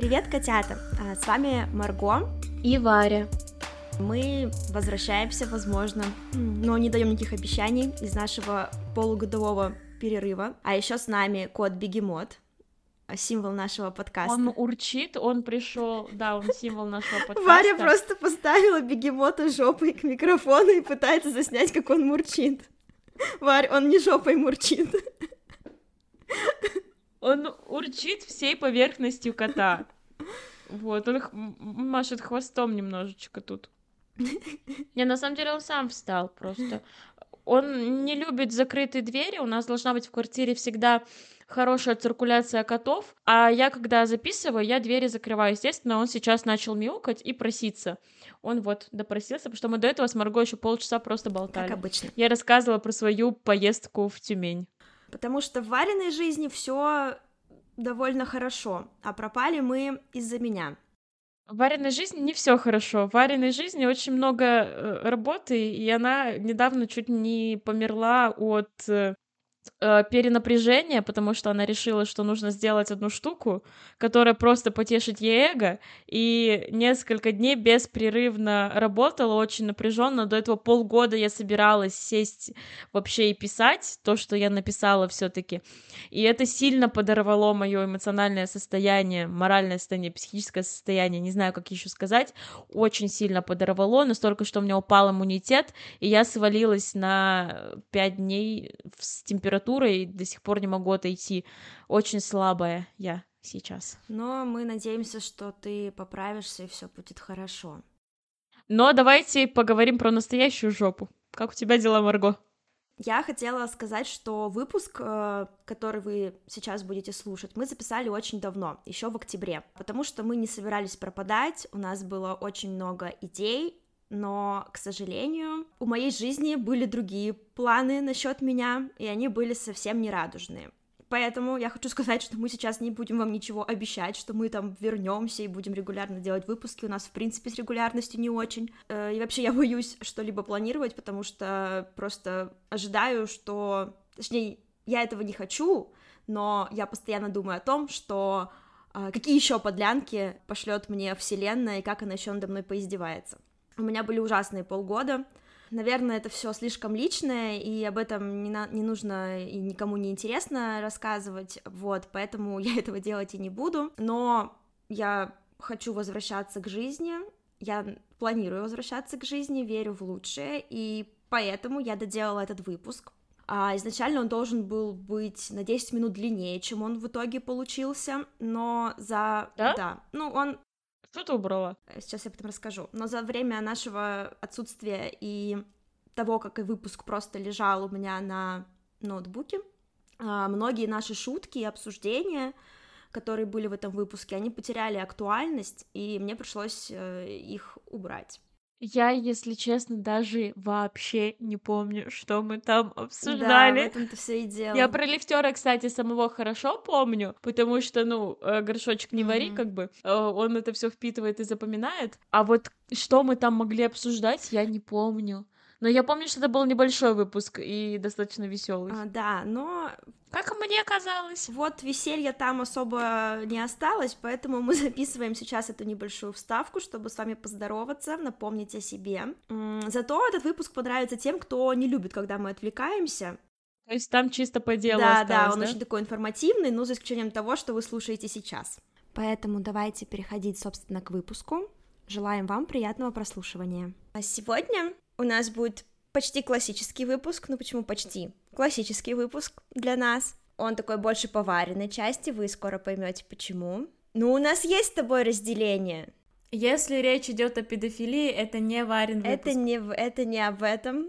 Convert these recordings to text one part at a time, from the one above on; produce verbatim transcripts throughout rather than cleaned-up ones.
Привет, котята! С вами Марго и Варя. Мы возвращаемся, возможно, но не даем никаких обещаний из нашего полугодового перерыва. А еще с нами кот Бегемот, символ нашего подкаста. Он урчит, он пришел, да, он символ нашего подкаста. Варя просто поставила Бегемота жопой к микрофону и пытается заснять, как он мурчит. Варь, он не жопой мурчит. Он урчит всей поверхностью кота. Вот, он х- машет хвостом немножечко тут. Не, на самом деле он сам встал просто. Он не любит закрытые двери, у нас должна быть в квартире всегда хорошая циркуляция котов, а я, когда записываю, я двери закрываю. Естественно, он сейчас начал мяукать и проситься. Он вот допросился, потому что мы до этого с Марго еще полчаса просто болтали. Как обычно. Я рассказывала про свою поездку в Тюмень. Потому что в Вариной жизни все довольно хорошо, а пропали мы из-за меня. В Вариной жизни не все хорошо. В Вариной жизни очень много э, работы, и она недавно чуть не померла от э, э, перенапряжения, потому что она решила, что нужно сделать одну штуку, которая просто потешит ей эго, и несколько дней беспрерывно работала, очень напряженно. До этого полгода я собиралась сесть вообще и писать то, что я написала все-таки. И это сильно подорвало мое эмоциональное состояние, моральное состояние, психическое состояние, не знаю, как еще сказать, очень сильно подорвало, настолько, что у меня упал иммунитет, и я свалилась на пять дней с температурой, и до сих пор не могу отойти. Очень слабая я сейчас. Но мы надеемся, что ты поправишься и все будет хорошо. Но давайте поговорим про настоящую жопу. Как у тебя дела, Марго? Я хотела сказать, что выпуск, который вы сейчас будете слушать, мы записали очень давно, еще в октябре, потому что мы не собирались пропадать, у нас было очень много идей, но, к сожалению, у моей жизни были другие планы насчет меня, и они были совсем не радужные. Поэтому я хочу сказать, что мы сейчас не будем вам ничего обещать, что мы там вернемся и будем регулярно делать выпуски. У нас, в принципе, с регулярностью не очень. И вообще я боюсь что-либо планировать, потому что просто ожидаю, что... Точнее, я этого не хочу, но я постоянно думаю о том, что какие еще подлянки пошлет мне вселенная и как она еще надо мной поиздевается. У меня были ужасные полгода. Наверное, это все слишком личное, и об этом не, на... не нужно и никому не интересно рассказывать, вот, поэтому я этого делать и не буду, но я хочу возвращаться к жизни, я планирую возвращаться к жизни, верю в лучшее, и поэтому я доделала этот выпуск. А изначально он должен был быть на десять минут длиннее, чем он в итоге получился, но за... Да? Да, ну, он... Что ты убрала? Сейчас я потом расскажу. Но за время нашего отсутствия и того, как и выпуск просто лежал у меня на ноутбуке, многие наши шутки и обсуждения, которые были в этом выпуске, они потеряли актуальность, и мне пришлось их убрать. Я, если честно, даже вообще не помню, что мы там обсуждали. Да, в этом-то все и дело. Я про лифтера, кстати, самого хорошо помню, потому что, ну, горшочек не вари, mm-hmm. как бы, он это все впитывает и запоминает. А вот что мы там могли обсуждать, я не помню. Но я помню, что это был небольшой выпуск и достаточно веселый. А, да, но... Как мне казалось. Вот веселья там особо не осталось, поэтому мы записываем сейчас эту небольшую вставку, чтобы с вами поздороваться, напомнить о себе. Зато этот выпуск понравится тем, кто не любит, когда мы отвлекаемся. То есть там чисто по делу да, осталось, да? он да? очень такой информативный, но за исключением того, что вы слушаете сейчас. Поэтому давайте переходить, собственно, к выпуску. Желаем вам приятного прослушивания. А сегодня у нас будет почти классический выпуск. Ну почему почти? Классический выпуск для нас. Он такой больше по Вариной части, вы скоро поймете почему. Ну, у нас есть с тобой разделение. Если речь идет о педофилии, это не Варин выпуск. Это не, это не об этом.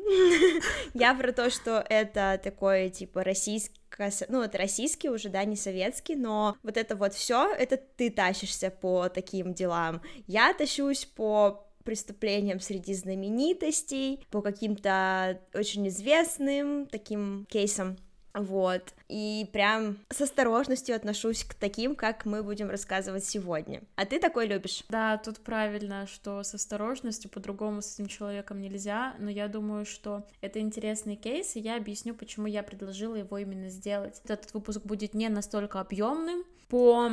Я про то, что это такой, типа, российский, ну, это российский уже, да, не советский, но вот это вот все, это ты тащишься по таким делам. Я тащусь по преступлениям среди знаменитостей, по каким-то очень известным таким кейсам. Вот, и прям с осторожностью отношусь к таким, как мы будем рассказывать сегодня. А ты такой любишь? Да, тут правильно, что с осторожностью, по-другому с этим человеком нельзя, но я думаю, что это интересный кейс, и я объясню, почему я предложила его именно сделать. Этот выпуск будет не настолько объемным по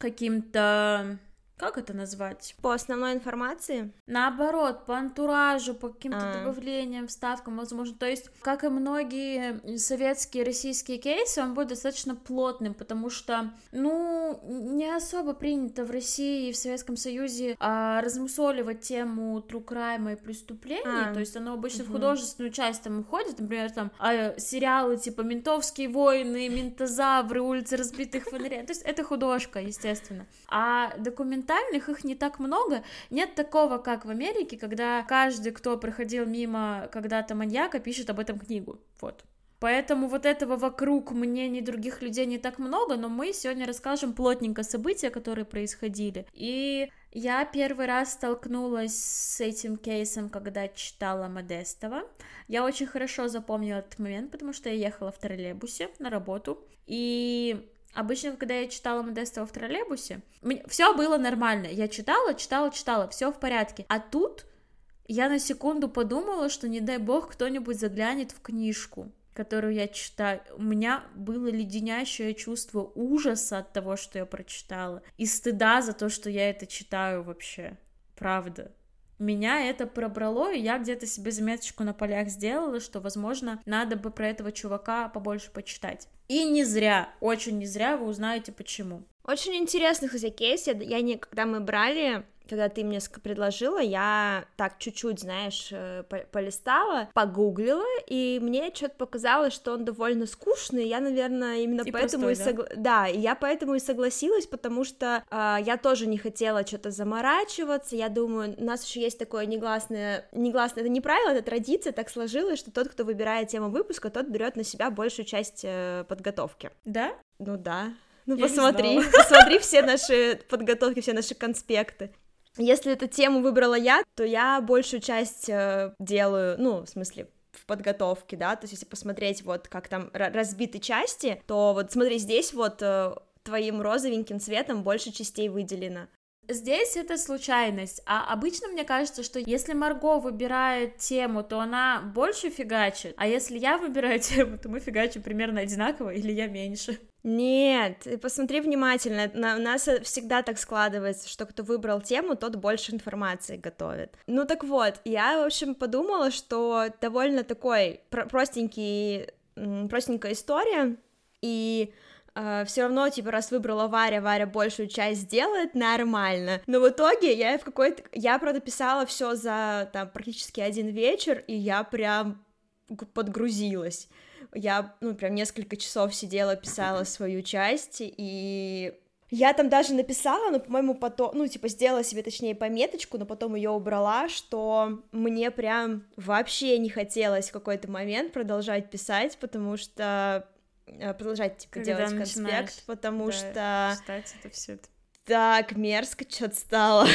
каким-то... Как это назвать? По основной информации? Наоборот, по антуражу, по каким-то А. добавлениям, вставкам, возможно. То есть, как и многие советские, российские кейсы, он будет достаточно плотным, потому что, ну, не особо принято в России и в Советском Союзе а, размусоливать тему true crime и преступлений. А. То есть, оно обычно угу. в художественную часть там уходит, например, там а, сериалы типа «Ментовские войны», «Ментозавры», «Улицы разбитых фонарей». То есть, это художка, естественно. А документальные их не так много, нет такого, как в Америке, когда каждый, кто проходил мимо когда-то маньяка, пишет об этом книгу, вот. Поэтому вот этого вокруг мнений других людей не так много, но мы сегодня расскажем плотненько события, которые происходили. И я первый раз столкнулась с этим кейсом, когда читала Модестова. Я очень хорошо запомнила этот момент, потому что я ехала в троллейбусе на работу, и... Обычно, когда я читала Модестова в троллейбусе, все было нормально. Я читала, читала, читала, все в порядке. А тут я на секунду подумала, что, не дай бог, кто-нибудь заглянет в книжку, которую я читаю. У меня было леденящее чувство ужаса от того, что я прочитала, и стыда за то, что я это читаю вообще. Правда. Меня это пробрало, и я где-то себе заметочку на полях сделала, что, возможно, надо бы про этого чувака побольше почитать. И не зря, очень не зря, вы узнаете почему. Очень интересный, кстати, кейс. Я, я не, когда мы брали, когда ты мне предложила, я так чуть-чуть, знаешь, полистала, погуглила, и мне что-то показалось, что он довольно скучный. Я, наверное, именно и поэтому простой, и согла... да? да, и я поэтому и согласилась, потому что э, я тоже не хотела что-то заморачиваться. Я думаю, у нас еще есть такое негласное, негласное, это не правило, это традиция, так сложилось, что тот, кто выбирает тему выпуска, тот берет на себя большую часть э, подготовки. Да? Ну да. Ну, я посмотри, посмотри все наши подготовки, все наши конспекты. Если эту тему выбрала я, то я большую часть э, делаю, ну, в смысле, в подготовке, да, то есть если посмотреть вот как там разбиты части, то вот смотри, здесь вот э, твоим розовеньким цветом больше частей выделено. Здесь это случайность, а обычно мне кажется, что если Марго выбирает тему, то она больше фигачит, а если я выбираю тему, то мы фигачим примерно одинаково или я меньше. Нет, посмотри внимательно, у нас всегда так складывается, что кто выбрал тему, тот больше информации готовит. Ну так вот, я, в общем, подумала, что довольно такой простенький, простенькая история, и... Uh, все равно, типа, раз выбрала Варя, Варя большую часть сделает, нормально. Но в итоге я в какой-то... Я, правда, писала все за, там, практически один вечер, и я прям подгрузилась. Я, ну, прям несколько часов сидела, писала свою часть, и... Я там даже написала, но, по-моему, потом... Ну, типа, сделала себе, точнее, пометочку, но потом ее убрала, что мне прям вообще не хотелось в какой-то момент продолжать писать, потому что... продолжать, типа, когда делать конспект, потому да, что... читать это все это. Так мерзко что-то стало.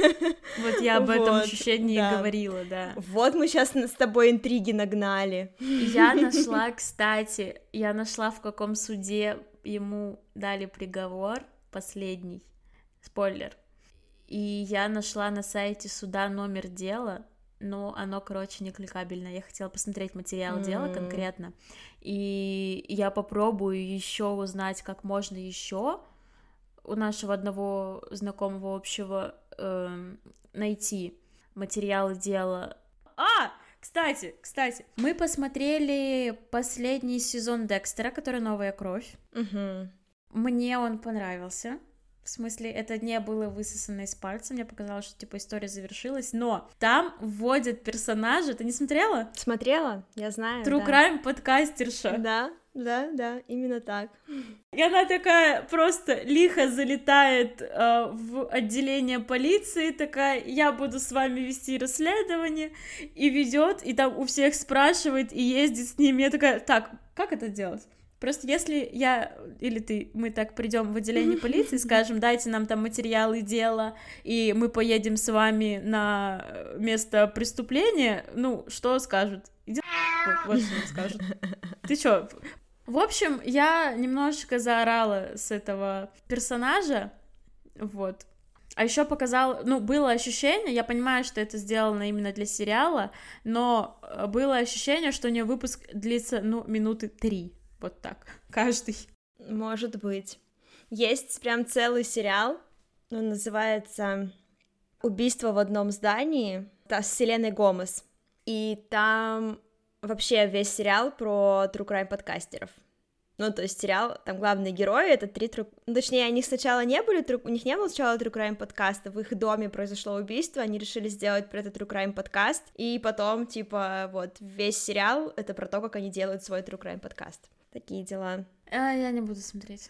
Вот я об этом ощущении и говорила, да. Вот мы сейчас с тобой интриги нагнали. Я нашла, кстати, я нашла, в каком суде ему дали приговор последний, спойлер, и я нашла на сайте суда номер дела, но оно, короче, не кликабельно. Я хотела посмотреть материал mm. дела конкретно, и я попробую еще узнать, как можно еще у нашего одного знакомого общего э, найти материалы дела. А, кстати, кстати, мы посмотрели последний сезон Декстера, который «Новая кровь». Mm-hmm. Мне он понравился. В смысле, это не было высосано из пальца, мне показалось, что, типа, история завершилась, но там вводят персонажа, ты не смотрела? Смотрела, я знаю, True да. Crime подкастерша. Да, да, да, именно так. И она такая просто лихо залетает э, в отделение полиции, такая, я буду с вами вести расследование, и ведет, и там у всех спрашивает, и ездит с ними, я такая, так, как это делать? Просто если я или ты, мы так придем в отделение полиции, скажем, дайте нам там материалы дела, и мы поедем с вами на место преступления, ну, что скажут? Иди вот, вот что скажут. Ты чё? В общем, я немножечко заорала с этого персонажа, вот. А еще показал, ну, было ощущение, я понимаю, что это сделано именно для сериала, но было ощущение, что у нее выпуск длится, ну, минуты три. Вот так, каждый. Может быть. Есть прям целый сериал, он называется «Убийство в одном здании», это с Селеной Гомес, и там вообще весь сериал про true crime подкастеров. Ну, то есть сериал, там главные герои, это три true... Ну, точнее, они сначала не были, true... у них не было сначала true crime подкаста, в их доме произошло убийство, они решили сделать про это true crime подкаст, и потом, типа, вот, весь сериал, это про то, как они делают свой true crime подкаст. Такие дела. А, я не буду смотреть.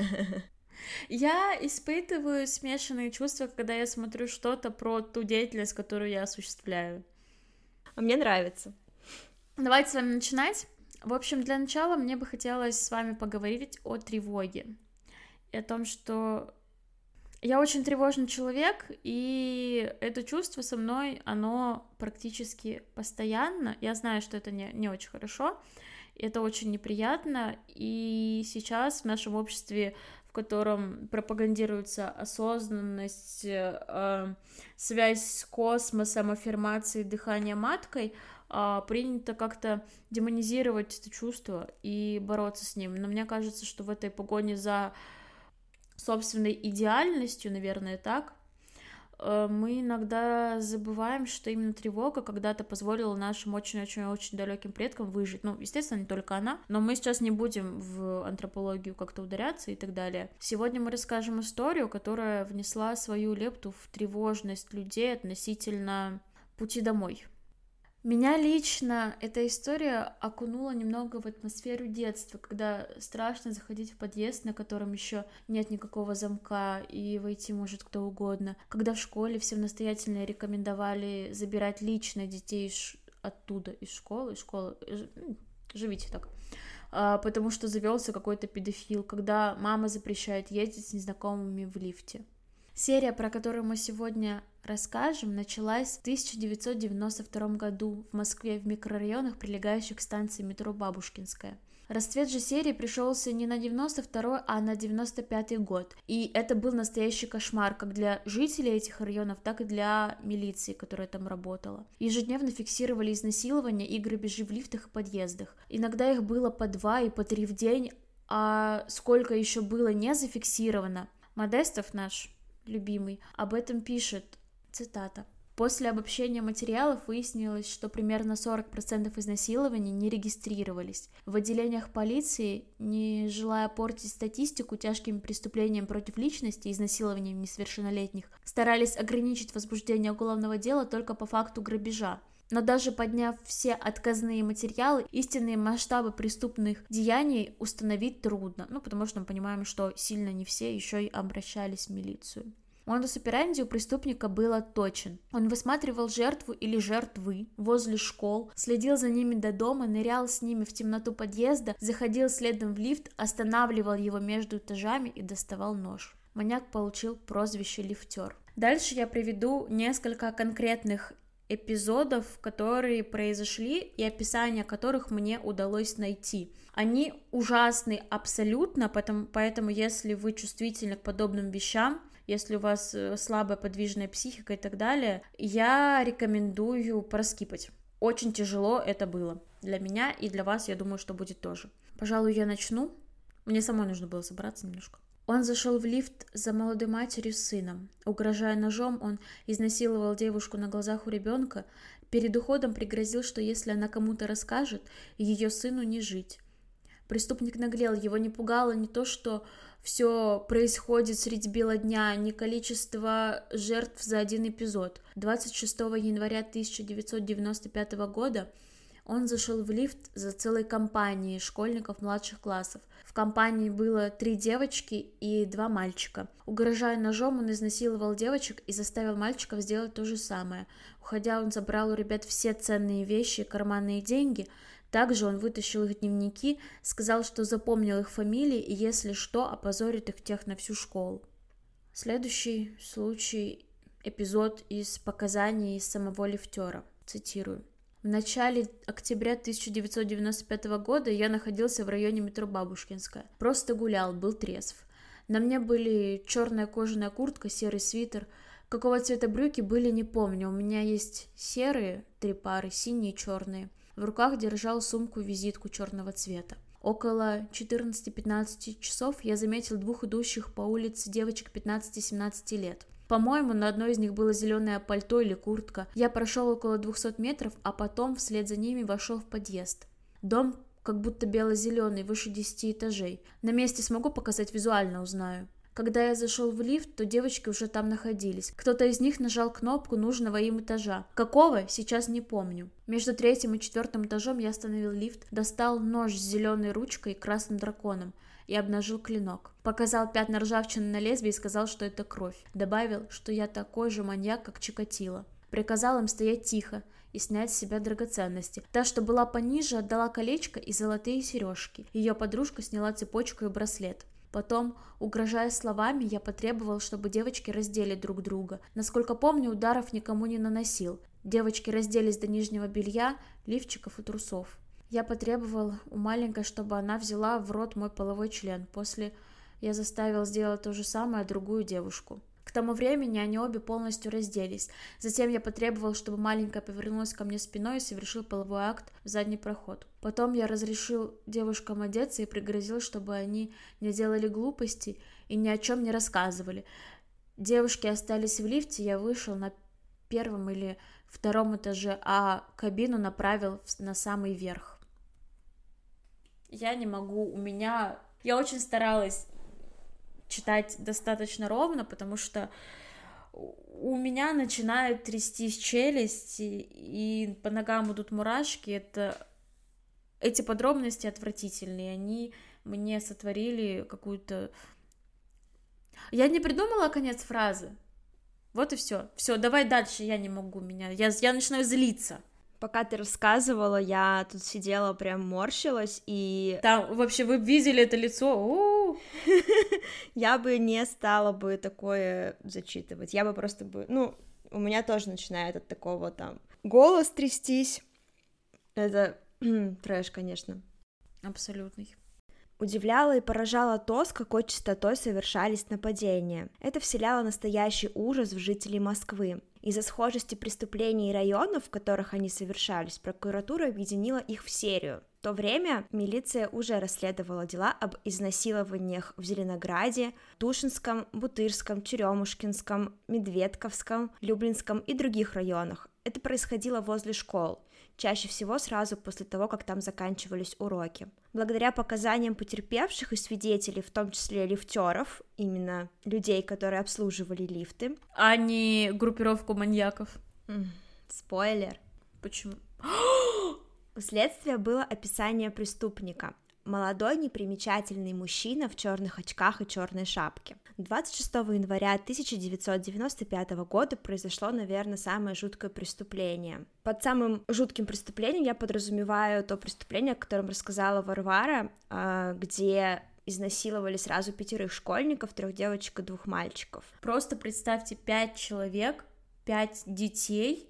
Я испытываю смешанные чувства, когда я смотрю что-то про ту деятельность, которую я осуществляю. А мне нравится. Давайте с вами начинать. В общем, для начала мне бы хотелось с вами поговорить о тревоге и о том, что я очень тревожный человек, и это чувство со мной, оно практически постоянно. Я знаю, что это не, не очень хорошо, это очень неприятно, и сейчас в нашем обществе, в котором пропагандируется осознанность, э, связь с космосом, аффирмации, дыхание маткой, э, принято как-то демонизировать это чувство и бороться с ним. Но мне кажется, что в этой погоне за собственной идеальностью, наверное, так, э, мы иногда забываем, что именно тревога когда-то позволила нашим очень-очень-очень далеким предкам выжить. Ну, естественно, не только она, но мы сейчас не будем в антропологию как-то ударяться и так далее. Сегодня мы расскажем историю, которая внесла свою лепту в тревожность людей относительно пути домой. Меня лично эта история окунула немного в атмосферу детства, когда страшно заходить в подъезд, на котором еще нет никакого замка, и войти может кто угодно. Когда в школе всем настоятельно рекомендовали забирать лично детей из... оттуда, из школы, из школы, живите так, а, потому что завелся какой-то педофил, когда мама запрещает ездить с незнакомыми в лифте. Серия, про которую мы сегодня расскажем, началась в тысяча девятьсот девяносто втором году в Москве в микрорайонах, прилегающих к станции метро Бабушкинская. Расцвет же серии пришелся не на девяносто второй, а на девяносто пятый год. И это был настоящий кошмар как для жителей этих районов, так и для милиции, которая там работала. Ежедневно фиксировали изнасилования и грабежи в лифтах и подъездах. Иногда их было по два и по три в день, а сколько еще было не зафиксировано. Модестов наш любимый об этом пишет, цитата: «После обобщения материалов выяснилось, что примерно сорок процентов изнасилований не регистрировались. В отделениях полиции, не желая портить статистику тяжкими преступлениями против личности и изнасилованием несовершеннолетних, старались ограничить возбуждение уголовного дела только по факту грабежа. Но даже подняв все отказные материалы, истинные масштабы преступных деяний установить трудно». Ну, потому что мы понимаем, что сильно не все еще и обращались в милицию. Модус операнди у преступника был точен. Он высматривал жертву или жертвы возле школ, следил за ними до дома, нырял с ними в темноту подъезда, заходил следом в лифт, останавливал его между этажами и доставал нож. Маньяк получил прозвище «Лифтер». Дальше я приведу несколько конкретных эпизодов, которые произошли и описание которых мне удалось найти. Они ужасны абсолютно, поэтому, поэтому если вы чувствительны к подобным вещам, если у вас слабая подвижная психика и так далее, я рекомендую проскипать. Очень тяжело это было для меня и для вас, я думаю, что будет тоже. Пожалуй, я начну. Мне самой нужно было собраться немножко. Он зашел в лифт за молодой матерью с сыном. Угрожая ножом, он изнасиловал девушку на глазах у ребенка. Перед уходом пригрозил, что если она кому-то расскажет, ее сыну не жить. Преступник наглел, его не пугало не то, что все происходит средь бела дня, ни количество жертв за один эпизод. двадцать шестого января тысяча девятьсот девяносто пятого года он зашел в лифт за целой компанией школьников младших классов. В компании было три девочки и два мальчика. Угрожая ножом, он изнасиловал девочек и заставил мальчиков сделать то же самое. Уходя, он забрал у ребят все ценные вещи и карманные деньги. Также он вытащил их дневники, сказал, что запомнил их фамилии и, если что, опозорит их тех на всю школу. Следующий случай, эпизод из показаний самого лифтера. Цитирую. В начале октября тысяча девятьсот девяносто пятого года я находился в районе метро Бабушкинская. Просто гулял, был трезв. На мне были черная кожаная куртка, серый свитер. Какого цвета брюки были, не помню. У меня есть серые, три пары, синие и черные. В руках держал сумку-визитку черного цвета. Около четырнадцати-пятнадцати часов я заметил двух идущих по улице девочек пятнадцати-семнадцати лет. По-моему, на одной из них было зеленое пальто или куртка. Я прошел около двухсот метров, а потом вслед за ними вошел в подъезд. Дом как будто бело-зеленый, выше десяти этажей. На месте смогу показать, визуально узнаю. Когда я зашел в лифт, то девочки уже там находились. Кто-то из них нажал кнопку нужного им этажа. Какого? Сейчас не помню. Между третьим и четвертым этажом я остановил лифт, достал нож с зеленой ручкой и красным драконом и обнажил клинок. Показал пятна ржавчины на лезвии и сказал, что это кровь. Добавил, что я такой же маньяк, как Чикатило. Приказал им стоять тихо и снять с себя драгоценности. Та, что была пониже, отдала колечко и золотые сережки. Ее подружка сняла цепочку и браслет. Потом, угрожая словами, я потребовал, чтобы девочки раздели друг друга. Насколько помню, ударов никому не наносил. Девочки разделись до нижнего белья, лифчиков и трусов. Я потребовал у маленькой, чтобы она взяла в рот мой половой член. После я заставил сделать то же самое другую девушку. К тому времени они обе полностью разделись. Затем я потребовал, чтобы маленькая повернулась ко мне спиной и совершил половой акт в задний проход. Потом я разрешил девушкам одеться и пригрозил, чтобы они не делали глупости и ни о чем не рассказывали. Девушки остались в лифте, я вышел на первом или втором этаже, а кабину направил на самый верх. Я не могу, у меня... Я очень старалась читать достаточно ровно, потому что у меня начинает трястись челюсть, и, и по ногам идут мурашки. Это... Эти подробности отвратительные, они мне сотворили какую-то... Я не придумала конец фразы. Вот и все. Все, давай дальше, я не могу, меня. Я, я начинаю злиться. Пока ты рассказывала, я тут сидела, прям морщилась, и... Там, вообще, вы видели это лицо? Я бы не стала бы такое зачитывать, я бы просто бы... Ну, у меня тоже начинает от такого там голос трястись. Это трэш, конечно. Абсолютный. Удивляло и поражало то, с какой частотой совершались нападения. Это вселяло настоящий ужас в жителей Москвы. Из-за схожести преступлений и районов, в которых они совершались, прокуратура объединила их в серию. В то время милиция уже расследовала дела об изнасилованиях в Зеленограде, Тушинском, Бутырском, Черемушкинском, Медведковском, Люблинском и других районах. Это происходило возле школ, чаще всего сразу после того, как там заканчивались уроки. Благодаря показаниям потерпевших и свидетелей, в том числе лифтеров, именно людей, которые обслуживали лифты, а не группировку маньяков. Mm, спойлер. Почему? У следствия было описание преступника. Молодой непримечательный мужчина в черных очках и черной шапке. двадцать шестого января тысяча девятьсот девяносто пятого года произошло, наверное, самое жуткое преступление. Под самым жутким преступлением я подразумеваю то преступление, о котором рассказала Варвара, где изнасиловали сразу пятерых школьников, трех девочек и двух мальчиков. Просто представьте, пять человек, пять детей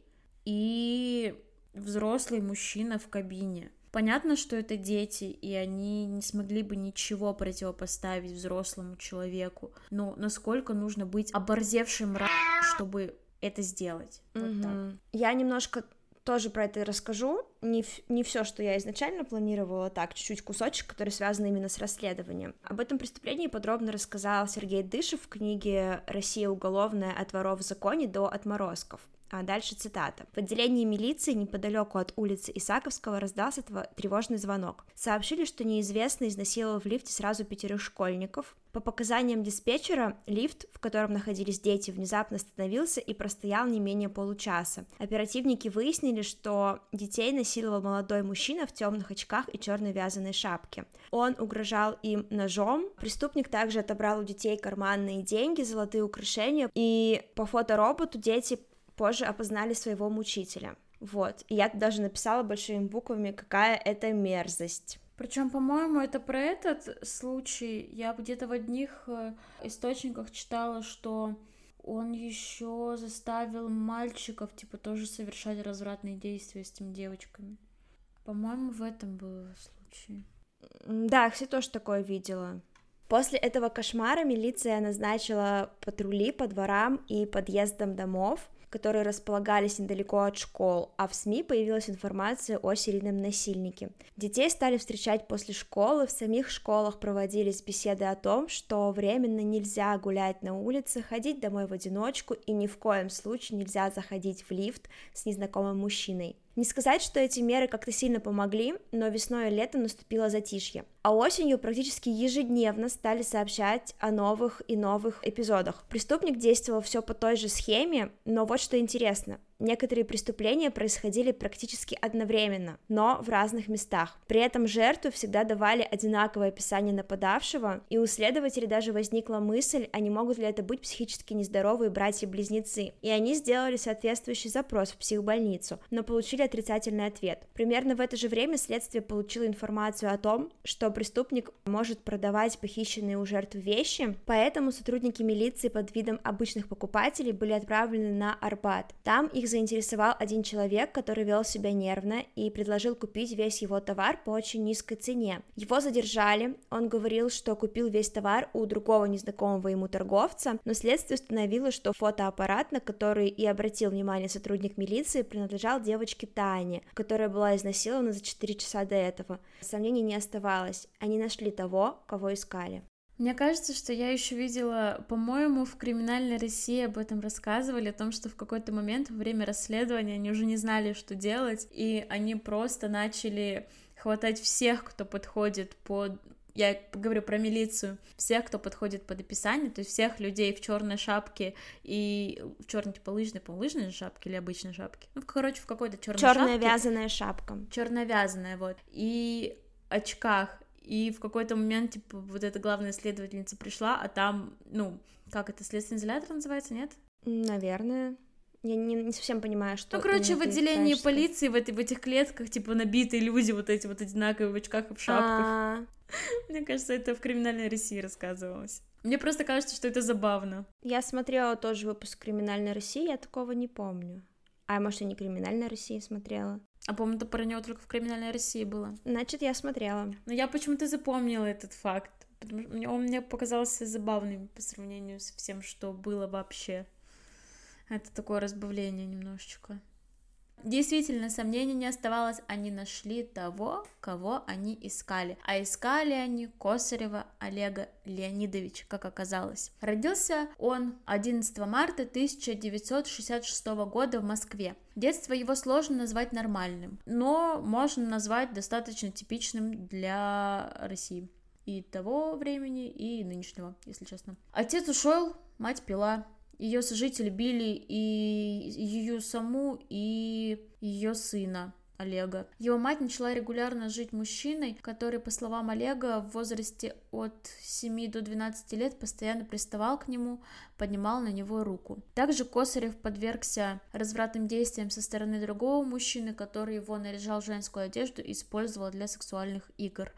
и взрослый мужчина в кабине. Понятно, что это дети, и они не смогли бы ничего противопоставить взрослому человеку, но насколько нужно быть оборзевшим ра***, чтобы это сделать? Вот угу. так. Я немножко тоже про это расскажу, не, не все, что я изначально планировала, так, чуть-чуть кусочек, который связан именно с расследованием. Об этом преступлении подробно рассказал Сергей Дышев в книге «Россия уголовная. От воров в законе до отморозков». А дальше цитата. В отделении милиции неподалеку от улицы Исаковского раздался тревожный звонок. Сообщили, что неизвестный изнасиловал в лифте сразу пятерых школьников. По показаниям диспетчера, лифт, в котором находились дети, внезапно остановился и простоял не менее получаса. Оперативники выяснили, что детей насиловал молодой мужчина в темных очках и черной вязаной шапке. Он угрожал им ножом. Преступник также отобрал у детей карманные деньги, золотые украшения, и по фотороботу дети позже опознали своего мучителя. Вот. И я даже написала большими буквами, какая это мерзость. Причем, по-моему, это про этот случай. Я где-то в одних источниках читала, что он еще заставил мальчиков, типа, тоже совершать развратные действия с этими девочками. По-моему, в этом был случай. Да, кстати, тоже такое видела. После этого кошмара милиция назначила патрули по дворам и подъездам домов. которые располагались недалеко от школ, а в СМИ появилась информация о серийном насильнике. Детей стали встречать после школы, в самих школах проводились беседы о том, что временно нельзя гулять на улице, ходить домой в одиночку и ни в коем случае нельзя заходить в лифт с незнакомым мужчиной. Не сказать, что эти меры как-то сильно помогли, но весной и летом наступило затишье. А осенью практически ежедневно стали сообщать о новых и новых эпизодах. Преступник действовал все по той же схеме, но вот что интересно. Некоторые преступления происходили практически одновременно, но в разных местах. При этом жертвы всегда давали одинаковое описание нападавшего, и у следователей даже возникла мысль, а не могут ли это быть психически нездоровые братья-близнецы. И они сделали соответствующий запрос в психбольницу, но получили отрицательный ответ. Примерно в это же время следствие получило информацию о том, что преступник может продавать похищенные у жертв вещи, поэтому сотрудники милиции под видом обычных покупателей были отправлены на Арбат. Там их заинтересовал один человек, который вел себя нервно и предложил купить весь его товар по очень низкой цене. Его задержали, он говорил, что купил весь товар у другого незнакомого ему торговца, но следствие установило, что фотоаппарат, на который и обратил внимание сотрудник милиции, принадлежал девочке Тане, которая была изнасилована за четыре часа до этого. Сомнений не оставалось, они нашли того, кого искали. Мне кажется, что я еще видела, по-моему, в «Криминальной России» об этом рассказывали, о том, что в какой-то момент во время расследования они уже не знали, что делать, и они просто начали хватать всех, кто подходит под... Я говорю про милицию, всех, кто подходит под описание, то есть всех людей в черной шапке и в черной типа лыжной, по-моему, лыжной шапке или обычной шапке, ну, короче, в какой-то черной шапке. Черная вязаная шапка. Черная вязаная, вот, и очках. И в какой-то момент, типа, вот эта главная следовательница пришла, а там, ну, как это, следственный изолятор называется, нет? Наверное. Я не, не совсем понимаю, что... Ну, короче, в отделении полиции, в, этой, в этих клетках, типа, набитые люди, вот эти вот одинаковые в очках и в шапках. Мне кажется, это в «Криминальной России» рассказывалось. Мне просто кажется, что это забавно. Я смотрела тоже выпуск «Криминальной России», я такого не помню. А может, я не «Криминальная Россия» смотрела? А, по-моему, про него только в «Криминальной России» было. Значит, я смотрела. Но я почему-то запомнила этот факт, потому что он мне показался забавным по сравнению с всем, что было вообще. Это такое разбавление немножечко. Действительно, сомнений не оставалось, они нашли того, кого они искали. А искали они Косарева Олега Леонидовича, как оказалось. Родился он одиннадцатого марта тысяча девятьсот шестьдесят шестого года в Москве. Детство его сложно назвать нормальным, но можно назвать достаточно типичным для России. И того времени, и нынешнего, если честно. Отец ушел, мать пила. Ее сожители били и ее саму, и ее сына Олега. Его мать начала регулярно жить мужчиной, который, по словам Олега, в возрасте от семи до двенадцати лет постоянно приставал к нему, поднимал на него руку. Также Косарев подвергся развратным действиям со стороны другого мужчины, который его наряжал в женскую одежду и использовал для сексуальных игр.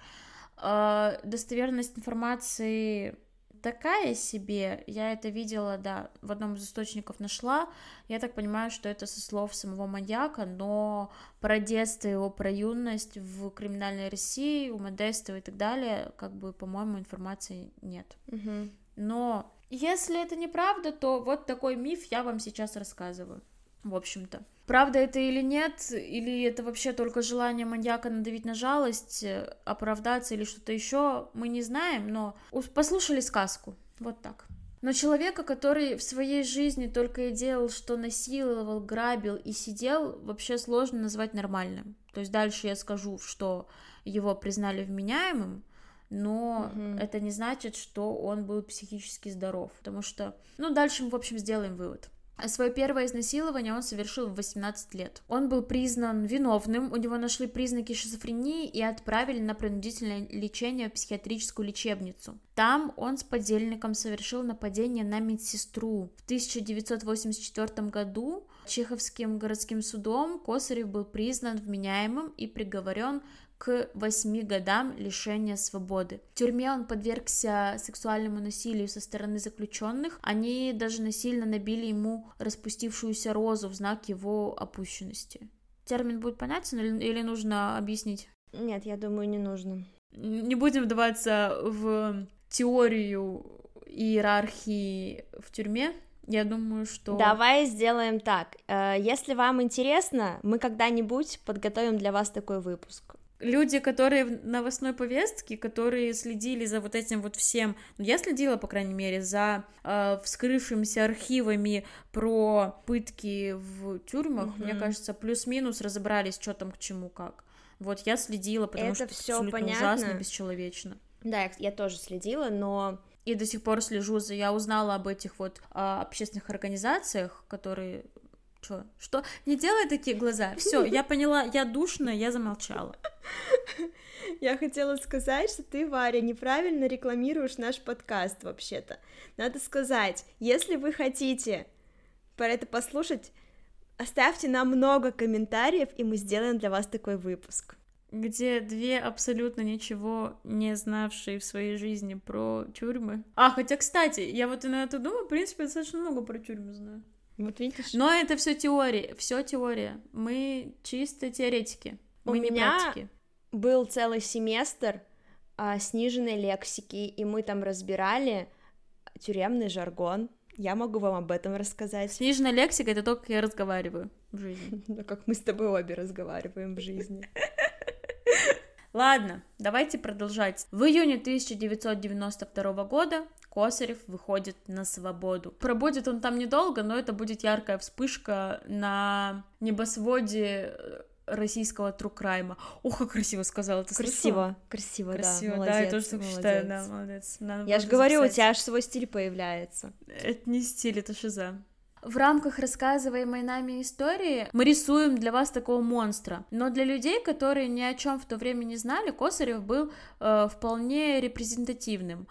Э, достоверность информации такая себе, я это видела, да, в одном из источников нашла, я так понимаю, что это со слов самого маньяка, но про детство его, про юность в «Криминальной России», у Модестова и так далее, как бы, по-моему, информации нет. Угу. Но если это неправда, то вот такой миф я вам сейчас рассказываю, в общем-то. Правда это или нет, или это вообще только желание маньяка надавить на жалость, оправдаться или что-то еще, мы не знаем, но послушали сказку, вот так. Но человека, который в своей жизни только и делал, что насиловал, грабил и сидел, вообще сложно назвать нормальным. То есть дальше я скажу, что его признали вменяемым, но mm-hmm. это не значит, что он был психически здоров, потому что, ну, дальше мы, в общем, сделаем вывод. Свое первое изнасилование он совершил в восемнадцать лет. Он был признан виновным, у него нашли признаки шизофрении и отправили на принудительное лечение в психиатрическую лечебницу. Там он с подельником совершил нападение на медсестру. В тысяча девятьсот восемьдесят четвёртом году Чеховским городским судом Косарев был признан вменяемым и приговорен к восьми годам лишения свободы. В тюрьме он подвергся сексуальному насилию со стороны заключенных. Они даже насильно набили ему распустившуюся розу в знак его опущенности. Термин будет понятен или нужно объяснить? Нет, я думаю, не нужно. Не будем вдаваться в теорию иерархии в тюрьме, Я думаю, что... Давай сделаем так. Если вам интересно, мы когда-нибудь подготовим для вас такой выпуск. Люди, которые в новостной повестке, которые следили за вот этим вот всем, ну, я следила, по крайней мере, за э, вскрывшимися архивами про пытки в тюрьмах, mm-hmm. мне кажется, плюс-минус разобрались, что там к чему, как. Вот я следила, потому это что это всё абсолютно понятно. Ужасно, бесчеловечно. Да, я, я тоже следила, но... И до сих пор слежу за... Я узнала об этих вот э, общественных организациях, которые... Что? Что? Не делай такие глаза. Все, я поняла, я душная, я замолчала. Я хотела сказать, что ты, Варя, неправильно рекламируешь наш подкаст, вообще-то. Надо сказать, если вы хотите про это послушать, оставьте нам много комментариев, и мы сделаем для вас такой выпуск. Где две абсолютно ничего не знавшие в своей жизни про тюрьмы. А, хотя, кстати, я вот и на это думаю, в принципе, достаточно много про тюрьмы знаю. Вот видишь. Но это все теория, все теория. Мы чисто теоретики. Мы У не меня практики. Был целый семестр а, сниженной лексики, и мы там разбирали тюремный жаргон. Я могу вам об этом рассказать. Сниженная лексика — это то, как я разговариваю в жизни. Ну, как мы с тобой обе разговариваем в жизни. Ладно, давайте продолжать. В июне тысяча девятьсот девяносто второго года Косарев выходит на свободу. Пробудет он там недолго, но это будет яркая вспышка на небосводе российского тру-крайма. Ух, как красиво сказала, ты Красиво, слышала? красиво, красиво, да, молодец, да, я тоже так молодец. считаю, да, молодец. Надо я же говорю, записать. У тебя аж свой стиль появляется. Это не стиль, это шиза. В рамках рассказываемой нами истории мы рисуем для вас такого монстра, но для людей, которые ни о чем в то время не знали, Косарев был э, вполне репрезентативным.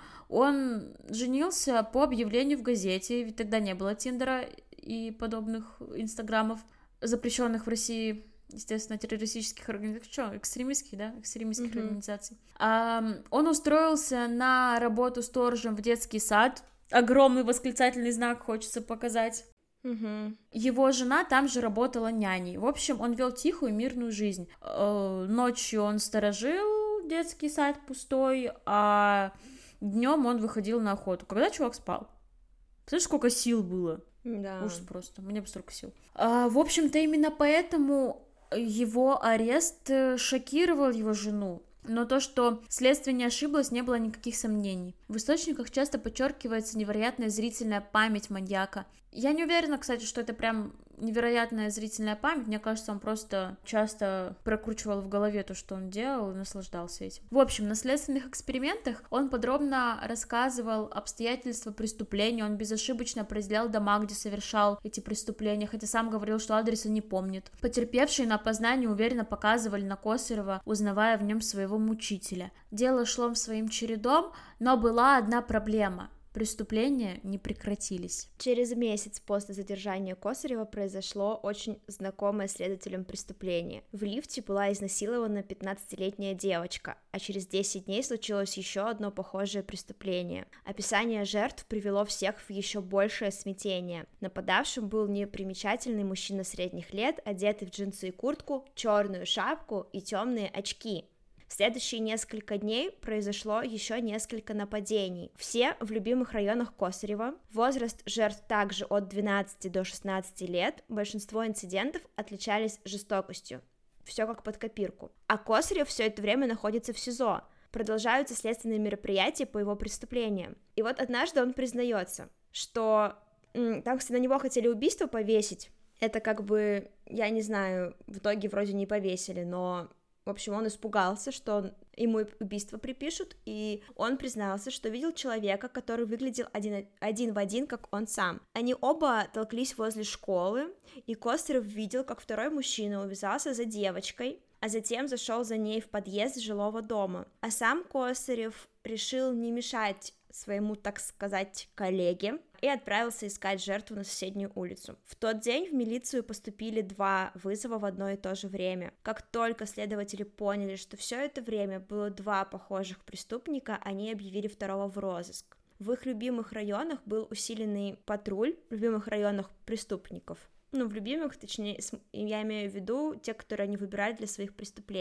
Он женился по объявлению в газете, ведь тогда не было Тиндера и подобных инстаграмов, запрещенных в России, естественно, террористических организаций, что, экстремистских, да, экстремистских mm-hmm. организаций. А, он устроился на работу сторожем в детский сад, огромный восклицательный знак хочется показать. Угу. Его жена там же работала няней. В общем, он вел тихую, мирную жизнь. Э, ночью он сторожил детский сад пустой, а днем он выходил на охоту. Когда чувак спал? Представляешь, сколько сил было? Да. Ужас просто. Мне бы столько сил. А, в общем-то, именно поэтому его арест шокировал его жену. Но то, что следствие не ошиблось, не было никаких сомнений. В источниках часто подчеркивается невероятная зрительная память маньяка. Я не уверена, кстати, что это прям невероятная зрительная память. Мне кажется, он просто часто прокручивал в голове то, что он делал, и наслаждался этим. В общем, на следственных экспериментах он подробно рассказывал обстоятельства преступления, он безошибочно определял дома, где совершал эти преступления, хотя сам говорил, что адреса не помнит. Потерпевшие на опознании уверенно показывали на Косарева, узнавая в нем своего мучителя. Дело шло своим чередом, но была одна проблема — преступления не прекратились. Через месяц после задержания Косарева произошло очень знакомое следователям преступление. В лифте была изнасилована пятнадцатилетняя девочка, а через десять дней случилось еще одно похожее преступление. Описание жертв привело всех в еще большее смятение. Нападавшим был непримечательный мужчина средних лет, одетый в джинсы и куртку, черную шапку и темные очки. В следующие несколько дней произошло еще несколько нападений. Все в любимых районах Косарева. Возраст жертв также от двенадцати до шестнадцати лет. Большинство инцидентов отличались жестокостью. Все как под копирку. А Косарев все это время находится в СИЗО. Продолжаются следственные мероприятия по его преступлениям. И вот однажды он признается, что м, там, кстати, на него хотели убийство повесить. Это как бы, я не знаю, в итоге вроде не повесили, но... В общем, он испугался, что ему убийство припишут, и он признался, что видел человека, который выглядел один, один в один, как он сам. Они оба толклись возле школы, и Косарев видел, как второй мужчина увязался за девочкой, а затем зашел за ней в подъезд жилого дома. А сам Косарев решил не мешать своему, так сказать, коллеге и отправился искать жертву на соседнюю улицу. В тот день в милицию поступили два вызова в одно и то же время. Как только следователи поняли, что все это время было два похожих преступника, они объявили второго в розыск. В их любимых районах был усиленный патруль, в любимых районах преступников. Ну, в любимых, точнее, я имею в виду те, которые они выбирали для своих преступлений.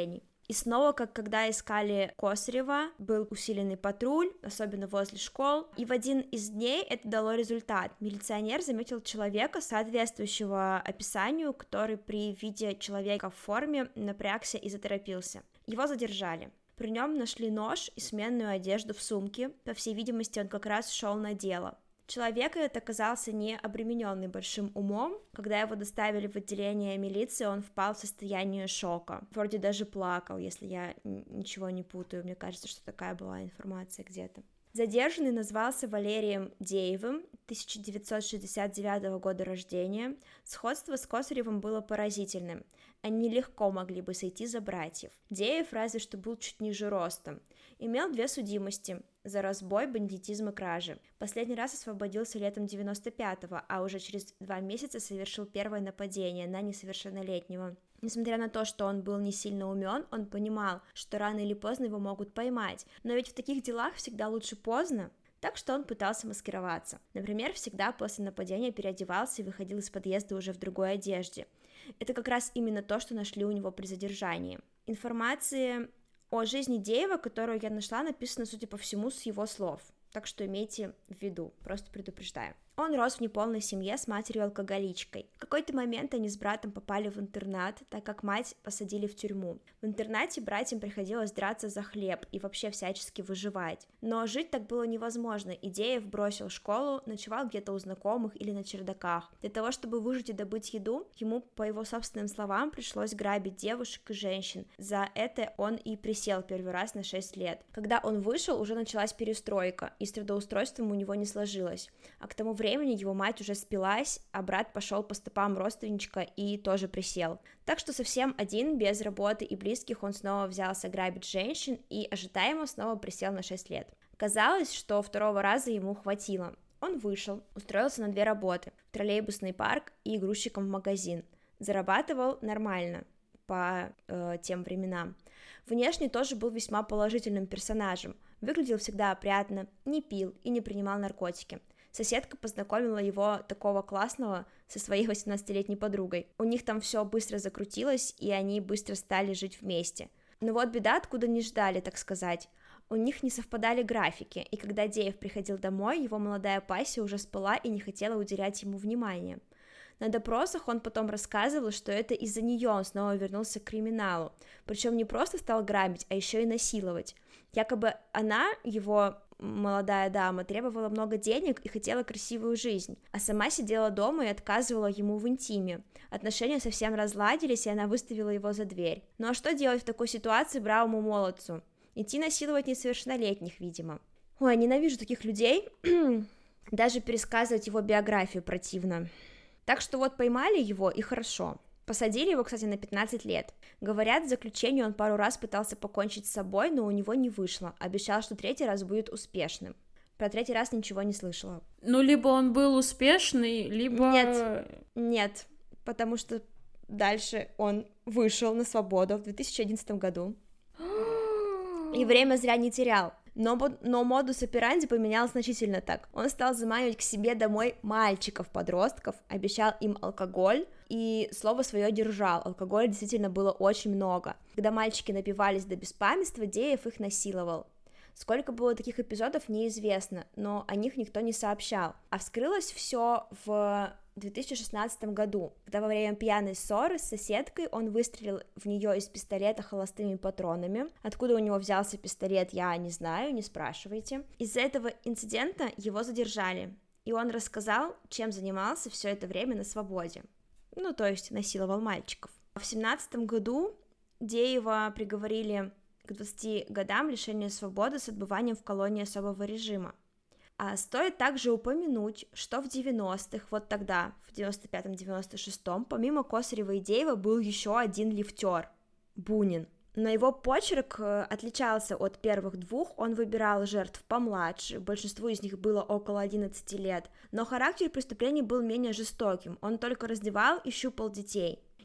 И снова, как когда искали Косарева, был усиленный патруль, особенно возле школ, и в один из дней это дало результат. Милиционер заметил человека, соответствующего описанию, который при виде человека в форме напрягся и заторопился. Его задержали. При нем нашли нож и сменную одежду в сумке, по всей видимости, он как раз шел на дело. Человек этот оказался не обремененный большим умом. Когда его доставили в отделение милиции, он впал в состояние шока. Вроде даже плакал, если я ничего не путаю. Мне кажется, что такая была информация где-то. Задержанный назвался Валерием Деевым, тысяча девятьсот шестьдесят девятого года рождения. Сходство с Косаревым было поразительным. Они легко могли бы сойти за братьев. Деев разве что был чуть ниже ростом. Имел две судимости за разбой, бандитизм и кражи. Последний раз освободился летом девяносто пятого, а уже через два месяца совершил первое нападение на несовершеннолетнего. Несмотря на то, что он был не сильно умен, он понимал, что рано или поздно его могут поймать. Но ведь в таких делах всегда лучше поздно. Так что он пытался маскироваться. Например, всегда после нападения переодевался и выходил из подъезда уже в другой одежде. Это как раз именно то, что нашли у него при задержании. Информация о жизни Деева, которую я нашла, написана, судя по всему, с его слов. Так что имейте в виду, просто предупреждаю. Он рос в неполной семье с матерью-алкоголичкой. В какой-то момент они с братом попали в интернат, так как мать посадили в тюрьму. В интернате братьям приходилось драться за хлеб и вообще всячески выживать. Но жить так было невозможно, и Деев бросил школу, ночевал где-то у знакомых или на чердаках. Для того, чтобы выжить и добыть еду, ему, по его собственным словам, пришлось грабить девушек и женщин. За это он и присел первый раз на шесть лет. Когда он вышел, уже началась перестройка, и с трудоустройством у него не сложилось. А к тому времени его мать уже спилась, а брат пошел по стопам родственничка и тоже присел. Так что совсем один, без работы и близких, он снова взялся грабить женщин и ожидаемо снова присел на шесть лет. Казалось, что второго раза ему хватило. Он вышел, устроился на две работы, в троллейбусный парк и грузчиком в магазин. Зарабатывал нормально по э, тем временам. Внешне тоже был весьма положительным персонажем, выглядел всегда опрятно, не пил и не принимал наркотики. Соседка познакомила его, такого классного, со своей восемнадцатилетней подругой. У них там все быстро закрутилось, и они быстро стали жить вместе. Но вот беда, откуда не ждали, так сказать. У них не совпадали графики, и когда Деев приходил домой, его молодая пассия уже спала и не хотела уделять ему внимания. На допросах он потом рассказывал, что это из-за нее он снова вернулся к криминалу, причем не просто стал грабить, а еще и насиловать. Якобы она, его молодая дама, требовала много денег и хотела красивую жизнь, а сама сидела дома и отказывала ему в интиме. Отношения совсем разладились, и она выставила его за дверь. Ну а что делать в такой ситуации бравому молодцу? Идти насиловать несовершеннолетних, видимо. Ой, ненавижу таких людей, даже пересказывать его биографию противно. Так что вот поймали его, и хорошо. Посадили его, кстати, на пятнадцать лет. Говорят, в заключении он пару раз пытался покончить с собой, но у него не вышло. Обещал, что третий раз будет успешным. Про третий раз ничего не слышала. Ну, либо он был успешный, либо... Нет, нет, потому что дальше он вышел на свободу в две тысячи одиннадцатом году. И время зря не терял. Но, но модус операнди поменял значительно так. Он стал заманивать к себе домой мальчиков-подростков, обещал им алкоголь и слово свое держал. Алкоголя действительно было очень много. Когда мальчики напивались до беспамятства, Деев их насиловал. Сколько было таких эпизодов, неизвестно, но о них никто не сообщал. А вскрылось все в две тысячи шестнадцатом году, когда во время пьяной ссоры с соседкой он выстрелил в нее из пистолета холостыми патронами. Откуда у него взялся пистолет, я не знаю, не спрашивайте. Из-за этого инцидента его задержали, и он рассказал, чем занимался все это время на свободе. Ну, то есть насиловал мальчиков. В семнадцатом году Деева приговорили к двадцати годам лишения свободы с отбыванием в колонии особого режима. А стоит также упомянуть, что в девяностых, вот тогда, в девяносто пятом — девяносто шестом, помимо Косарева и Деева был еще один лифтер — Бунин. Но его почерк отличался от первых двух, он выбирал жертв помладше, большинству из них было около одиннадцати лет, но характер преступлений был менее жестоким, он только раздевал и щупал детей.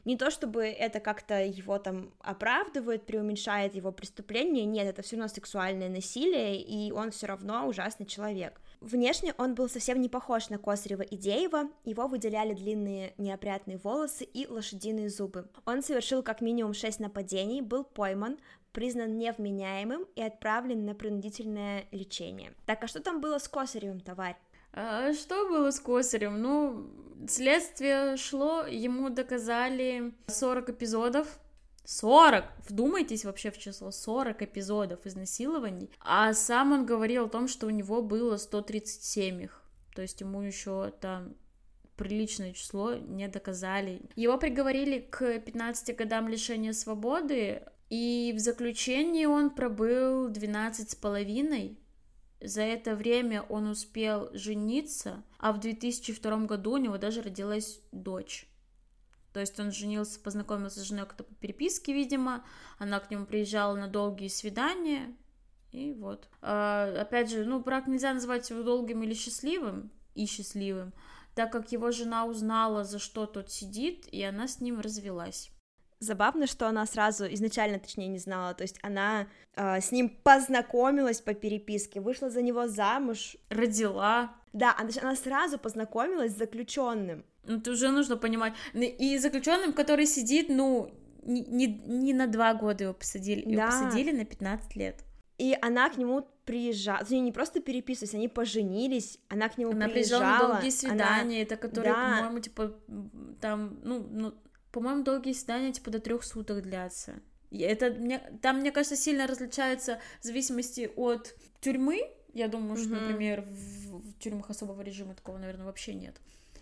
Не то чтобы это как-то его там оправдывает, преуменьшает его преступление, нет, это все равно сексуальное насилие, и он все равно ужасный человек. Внешне он был совсем не похож на Косарева и Деева, его выделяли длинные неопрятные волосы и лошадиные зубы. Он совершил как минимум шесть нападений, был пойман, признан невменяемым и отправлен на принудительное лечение. Так, а что там было с Косаревым, товарь? А что было с Косарем? Ну, следствие шло, ему доказали сорок эпизодов. сорок! Вдумайтесь вообще в число. сорок эпизодов изнасилований. А сам он говорил о том, что у него было сто тридцать семь их. То есть ему еще там приличное число не доказали. Его приговорили к пятнадцати годам лишения свободы, и в заключении он пробыл двенадцать с половиной. За это время он успел жениться, а в две тысячи втором году у него даже родилась дочь. То есть он женился, познакомился с женой как-то по переписке, видимо, она к нему приезжала на долгие свидания, и вот. А, опять же, ну, брак нельзя назвать его долгим или счастливым, и счастливым, так как его жена узнала, за что тот сидит, и она с ним развелась. Забавно, что она сразу, изначально, точнее, не знала, то есть она э, с ним познакомилась по переписке, вышла за него замуж. Родила. Да, она, она сразу познакомилась с заключенным. Ну, это уже нужно понимать. И заключенным, который сидит, ну, не, не, не на два года его посадили, да. Его посадили на пятнадцать лет. И она к нему приезжала, они не просто переписывались, они поженились, она к нему она приезжала. Она приезжала на долгие свидания, она... это которые, да. по-моему, типа, там, ну, ну, по-моему, долгие свидания, типа, до трех суток длятся. И это, мне, там, мне кажется, сильно различается в зависимости от тюрьмы. Я думаю, что, mm-hmm. например, в, в тюрьмах особого режима такого, наверное, вообще нет.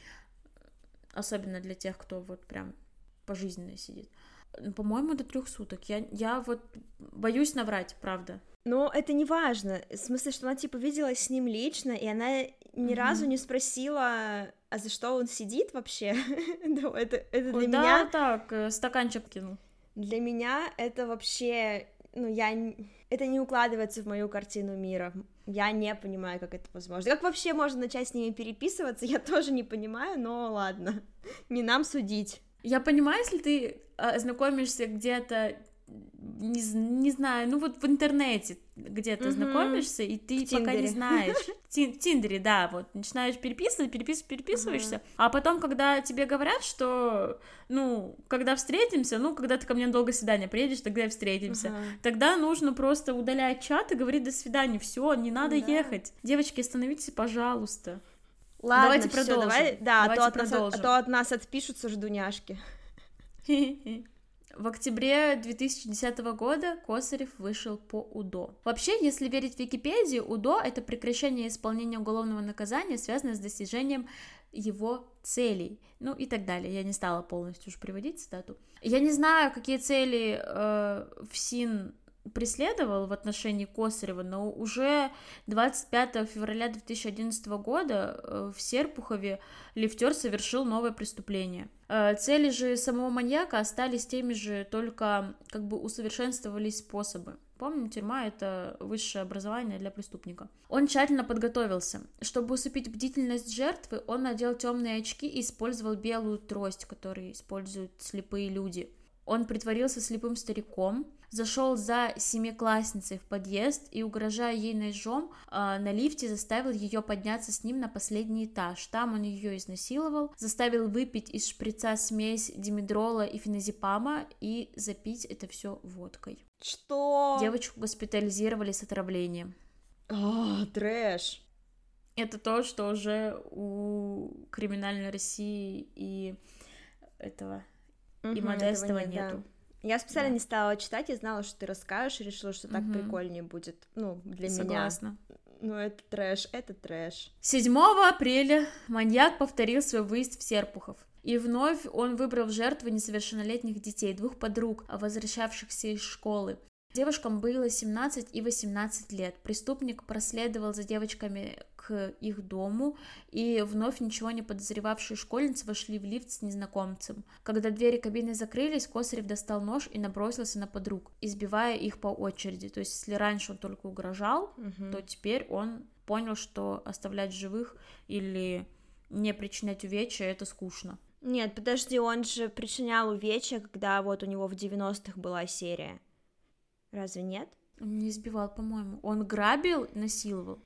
Особенно для тех, кто вот прям пожизненно сидит. По-моему, до трех суток. Я, я вот боюсь наврать, правда. Но это не важно. В смысле, что она, типа, виделась с ним лично, и она ни mm-hmm. разу не спросила, а за что он сидит вообще? это, это для да, меня... Да, так, стаканчик кинул. Для меня это вообще... Ну, я... Это не укладывается в мою картину мира. Я не понимаю, как это возможно. Как вообще можно начать с ними переписываться, я тоже не понимаю, но ладно. Не нам судить. Я понимаю, если ты э, знакомишься где-то, не, не знаю, ну вот в интернете где-то mm-hmm. знакомишься, и ты в пока Тиндере. не знаешь. В Тиндере, да, вот, начинаешь переписывать, переписывать, переписываешься, mm-hmm. а потом, когда тебе говорят, что, ну, когда встретимся, ну, когда ты ко мне на долгое свидание приедешь, тогда и встретимся, mm-hmm. тогда нужно просто удалять чат и говорить до свидания, все, не надо mm-hmm. ехать. Девочки, остановитесь, пожалуйста. Ладно, давайте всё, продолжим. Давай, да, давайте а то, продолжим. От нас, а то от нас отпишутся ждуняшки. В октябре две тысячи десятого года Косарев вышел по УДО. Вообще, если верить Википедии, УДО — это прекращение исполнения уголовного наказания, связанное с достижением его целей, ну и так далее. Я не стала полностью уж приводить цитату. Я не знаю, какие цели э, ФСИН преследовал в отношении Косарева, но уже двадцать пятого февраля две тысячи одиннадцатого года в Серпухове лифтер совершил новое преступление. Цели же самого маньяка остались теми же, только как бы усовершенствовались способы. Помним, тюрьма — это высшее образование для преступника. Он тщательно подготовился. Чтобы усыпить бдительность жертвы, он надел темные очки и использовал белую трость, которую используют слепые люди. Он притворился слепым стариком, зашел за семиклассницей в подъезд и, угрожая ей ножом, на лифте заставил ее подняться с ним на последний этаж. Там он ее изнасиловал, заставил выпить из шприца смесь димедрола и феназепама и запить это все водкой. Что? Девочку госпитализировали с отравлением. А, трэш. Это то, что уже у криминальной России и этого... и угу, Модестова нет, нету. Да. Я специально да. не стала читать, я знала, что ты расскажешь, и решила, что так угу. прикольнее будет, ну, для Согласна. меня. Ну, это трэш, это трэш. седьмого апреля маньяк повторил свой выезд в Серпухов. И вновь он выбрал в жертвы несовершеннолетних детей, двух подруг, возвращавшихся из школы. Девушкам было семнадцать и восемнадцать лет. Преступник проследовал за девочками к их дому, и вновь ничего не подозревавшие школьницы вошли в лифт с незнакомцем. Когда двери кабины закрылись, Косарев достал нож и набросился на подруг, избивая их по очереди. То есть, если раньше он только угрожал, угу. то теперь он понял, что оставлять живых или не причинять увечья — это скучно. Нет, подожди, он же причинял увечья, когда вот у него в девяностых была серия. Разве нет? Он не избивал, по-моему. Он грабил, насиловал?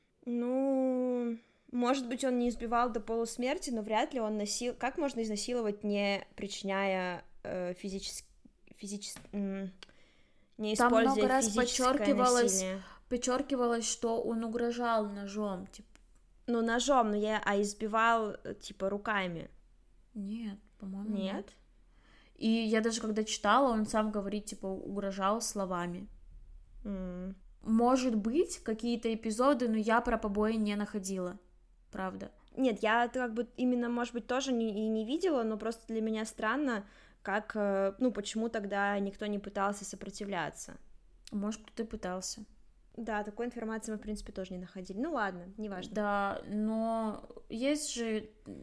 Ну, может быть, он не избивал до полусмерти, но вряд ли он насил... Как можно изнасиловать, не причиняя э, физически... Физичес... не Там используя много раз физическое подчеркивалось, насилие? подчеркивалось, что он угрожал ножом, типа. Ну, ножом, но я... А избивал, типа, руками? Нет, по-моему, Нет? нет. И я даже когда читала, он сам говорит, типа, угрожал словами. Mm. Может быть, какие-то эпизоды, но я про побои не находила, правда. Нет, я как бы именно, может быть, тоже не, и не видела, но просто для меня странно, как, ну, почему тогда никто не пытался сопротивляться. Может, кто-то пытался. Да, такой информации мы, в принципе, тоже не находили. Ну, ладно, неважно. Да, но есть же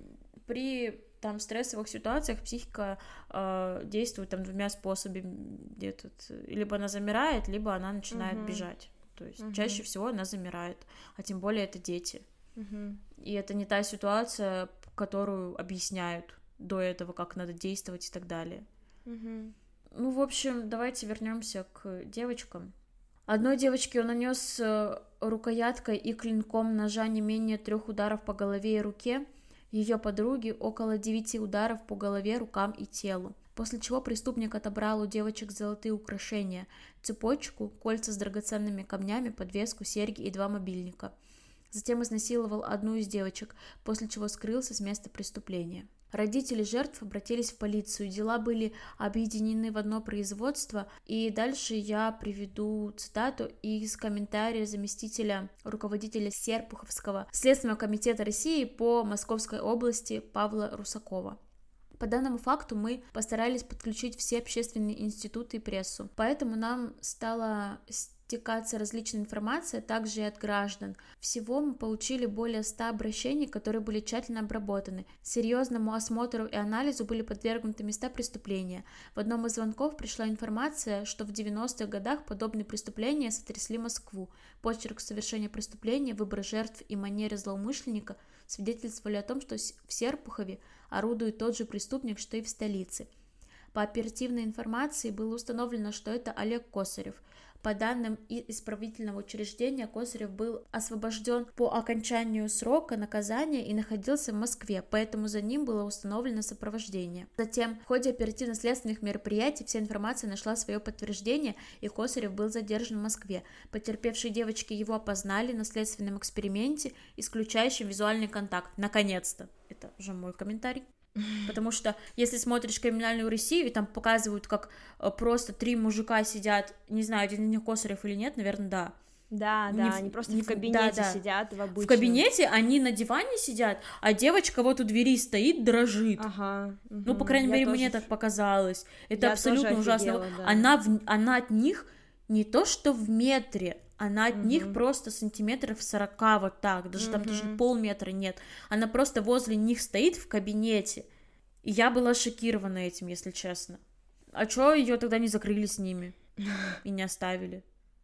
при... там в стрессовых ситуациях психика э, действует там двумя способами, где тут либо она замирает, либо она начинает uh-huh. бежать. То есть uh-huh. чаще всего она замирает, а тем более это дети. Uh-huh. И это не та ситуация, которую объясняют до этого, как надо действовать и так далее. Uh-huh. Ну, в общем, давайте вернемся к девочкам. Одной девочке он нанес рукояткой и клинком ножа не менее трех ударов по голове и руке, ее подруги около девяти ударов по голове, рукам и телу, после чего преступник отобрал у девочек золотые украшения, цепочку, кольца с драгоценными камнями, подвеску, серьги и два мобильника. Затем изнасиловал одну из девочек, после чего скрылся с места преступления. Родители жертв обратились в полицию, дела были объединены в одно производство, и дальше я приведу цитату из комментария заместителя руководителя Серпуховского Следственного комитета России по Московской области Павла Русакова. По данному факту мы постарались подключить все общественные институты и прессу, поэтому нам стало стекаться различная информация, также и от граждан. Всего мы получили более ста обращений, которые были тщательно обработаны. Серьезному осмотру и анализу были подвергнуты места преступления. В одном из звонков пришла информация, что в девяностых годах подобные преступления сотрясли Москву. Почерк совершения преступления, выбор жертв и манеры злоумышленника свидетельствовали о том, что в Серпухове орудует тот же преступник, что и в столице. По оперативной информации было установлено, что это Олег Косарев. По данным исправительного учреждения, Косарев был освобожден по окончанию срока наказания и находился в Москве, поэтому за ним было установлено сопровождение. Затем, в ходе оперативно-следственных мероприятий, вся информация нашла свое подтверждение, и Косарев был задержан в Москве. Потерпевшие девочки его опознали на следственном эксперименте, исключающем визуальный контакт. Наконец-то! Это уже мой комментарий. Потому что, если смотришь «Криминальную Россию», и там показывают, как просто три мужика сидят, не знаю, один из них Косарев или нет, наверное, да. Да, не да, в, они просто не в кабинете да, да. сидят в обычном. В кабинете они на диване сидят, а девочка вот у двери стоит, дрожит. Ага. Угу. Ну, по крайней Я мере, тоже... мне так показалось. Это Я абсолютно тоже ужасно. офигела, да. Она, в... она от них не то что в метре, она от угу. них просто сантиметров сорока вот так, даже угу. там даже полметра нет. Она просто возле них стоит в кабинете. И я была шокирована этим, если честно. А чё ее тогда не закрыли с ними и не оставили?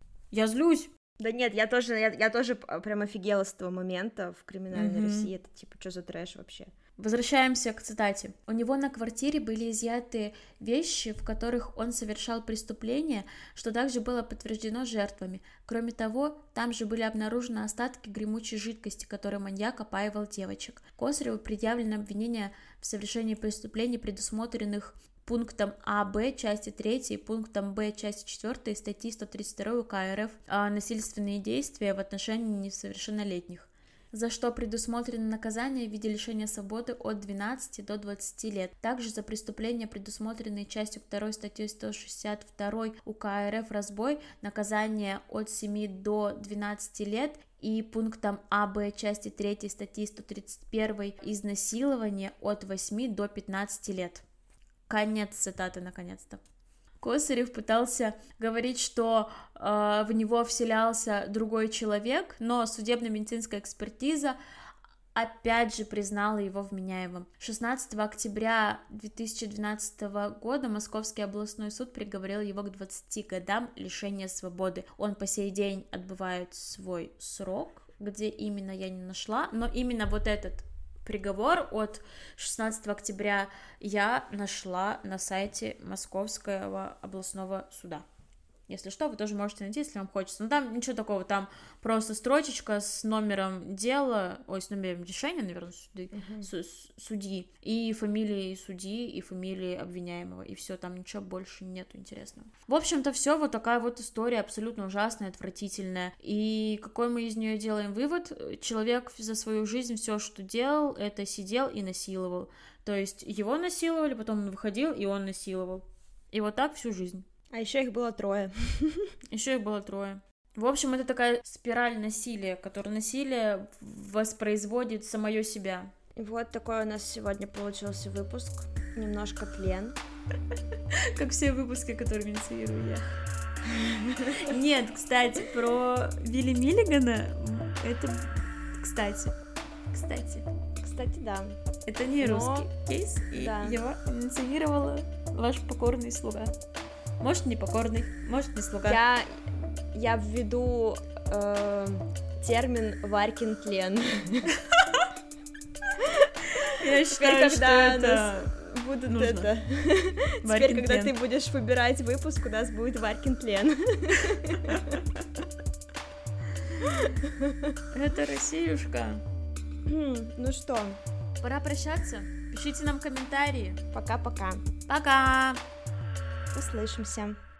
Я злюсь. Да нет, я тоже, я, я тоже прям офигела с этого момента в «Криминальной mm-hmm. России». Это типа, что за трэш вообще? Возвращаемся к цитате. У него на квартире были изъяты вещи, в которых он совершал преступления, что также было подтверждено жертвами. Кроме того, там же были обнаружены остатки гремучей жидкости, которой маньяк опаивал девочек. Косареву предъявлено обвинение в совершении преступлений, предусмотренных пунктом А Б части третьей, пунктом Б части четвёртой статьи сто тридцать два УК РФ о насильственные действия в отношении несовершеннолетних, за что предусмотрено наказание в виде лишения свободы от двенадцати до двадцати лет. Также за преступления, предусмотренные частью второй статьей сто шестьдесят два УК РФ разбой, наказание от семи до двенадцати лет, и пунктом А Б части третьей статьи сто тридцать один изнасилование от восьми до пятнадцати лет. Конец цитаты, наконец-то. Косарев пытался говорить, что э, в него вселялся другой человек, но судебно-медицинская экспертиза опять же признала его вменяемым. шестнадцатого октября две тысячи двенадцатого года Московский областной суд приговорил его к двадцати годам лишения свободы. Он по сей день отбывает свой срок, где именно я не нашла, но именно вот этот Приговор от шестнадцатого октября я нашла на сайте Московского областного суда. Если что, вы тоже можете найти, если вам хочется. Но там ничего такого, там просто строчечка с номером дела, ой, с номером решения, наверное, суды, uh-huh. с- судьи, и фамилией судьи, и фамилией обвиняемого, и все, там ничего больше нету интересного. В общем-то, все, вот такая вот история абсолютно ужасная, отвратительная. И какой мы из нее делаем вывод? Человек за свою жизнь все, что делал, это сидел и насиловал. То есть его насиловали, потом он выходил, и он насиловал. И вот так всю жизнь. А еще их было трое. Еще их было трое. В общем, это такая спираль насилия, которое насилие воспроизводит самое себя. И вот такой у нас сегодня получился выпуск. Немножко тлен. Как все выпуски, которые инициирую я. Нет, кстати, про Вилли Миллигана, это, кстати, кстати. Кстати, да. Это не Но... русский кейс, и да. его инициировала ваш покорный слуга. Может, не покорный, может, не слуга. Я, я введу э, термин «Варькин тлен». Я считаю, что это будут нужно. это. Теперь, когда ты будешь выбирать выпуск, у нас будет «Варькин тлен». Это Россиюшка. Ну что? Пора прощаться. Пишите нам комментарии. Пока-пока. Пока! Услышимся.